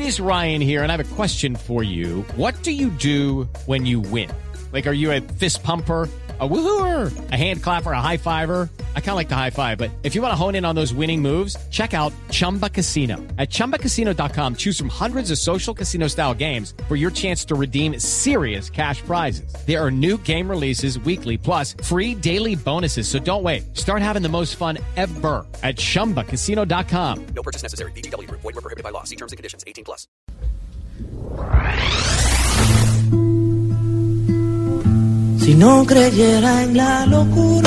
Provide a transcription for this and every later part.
is Ryan here, and I have a question for you. What do you do when you win? Like, are you a fist pumper, a woohooer, a hand clapper, a high fiver? I kind of like the high five, but if you want to hone in on those winning moves, check out Chumba Casino. At ChumbaCasino.com, choose from hundreds of social casino-style games for your chance to redeem serious cash prizes. There are new game releases weekly, plus free daily bonuses. So don't wait. Start having the most fun ever at ChumbaCasino.com. No purchase necessary. VGW Group. Void where prohibited by law. See terms and conditions. 18+. Si no creyera en la locura.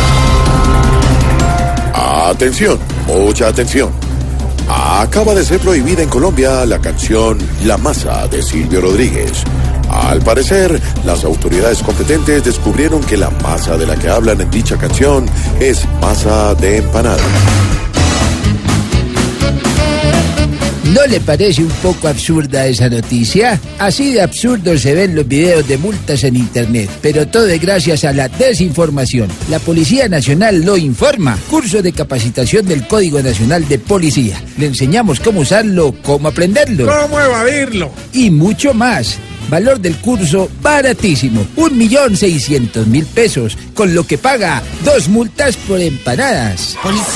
Atención, mucha atención. Acaba de ser prohibida en Colombia la canción La Masa de Silvio Rodríguez. Al parecer, las autoridades competentes descubrieron que la masa de la que hablan en dicha canción es masa de empanada. ¿No le parece un poco absurda esa noticia? Así de absurdo se ven los videos de multas en internet, pero todo es gracias a la desinformación. La Policía Nacional lo informa. Curso de capacitación del Código Nacional de Policía. Le enseñamos cómo usarlo, cómo aprenderlo. ¿Cómo evadirlo? Y mucho más. Valor del curso baratísimo, 1.600.000 pesos, con lo que paga 2 multas por empanadas.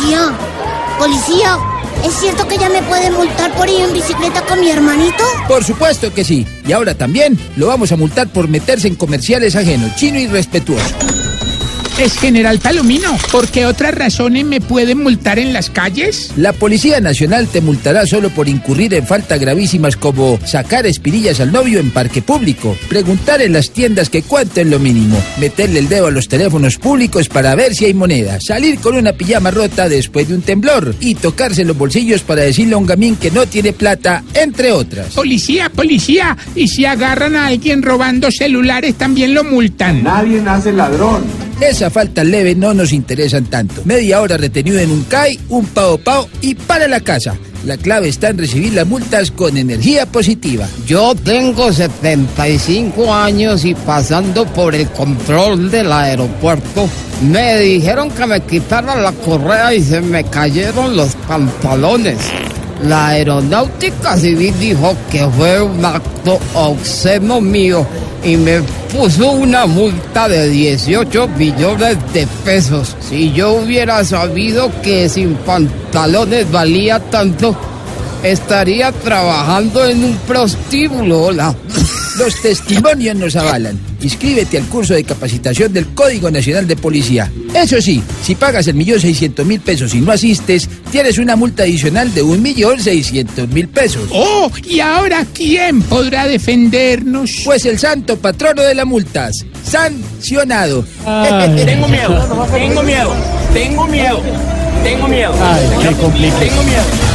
Policía, ¿es cierto que ya me pueden multar por ir en bicicleta con mi hermanito? Por supuesto que sí, y ahora también lo vamos a multar por meterse en comerciales ajenos, chino irrespetuoso. Es General Palomino, ¿por qué otras razones me pueden multar en las calles? La Policía Nacional te multará solo por incurrir en faltas gravísimas como sacar espirillas al novio en parque público, preguntar en las tiendas que cuánto es lo mínimo, meterle el dedo a los teléfonos públicos para ver si hay moneda, salir con una pijama rota después de un temblor y tocarse los bolsillos para decirle a un gamín que no tiene plata, entre otras. Policía, y si agarran a alguien robando celulares también lo multan. Nadie nace ladrón. Esas faltas leves no nos interesan tanto. Media hora retenido en un CAI, un pao y para la casa. La clave está en recibir las multas con energía positiva. Yo tengo 75 años y pasando por el control del aeropuerto, me dijeron que me quitara la correa y se me cayeron los pantalones. La aeronáutica civil dijo que fue un acto obsceno mío y me puso una multa de 18 millones de pesos. Si yo hubiera sabido que sin pantalones valía tanto, estaría trabajando en un prostíbulo. Hola. Los testimonios nos avalan. Inscríbete al curso de capacitación del Código Nacional de Policía. Eso sí, si pagas el 1.600.000 pesos y no asistes, tienes una multa adicional de 1.600.000 pesos. ¡Oh! ¿Y ahora quién podrá defendernos? Pues el santo patrono de las multas. Sancionado. Tengo miedo. Ay, qué complicado. Tengo miedo.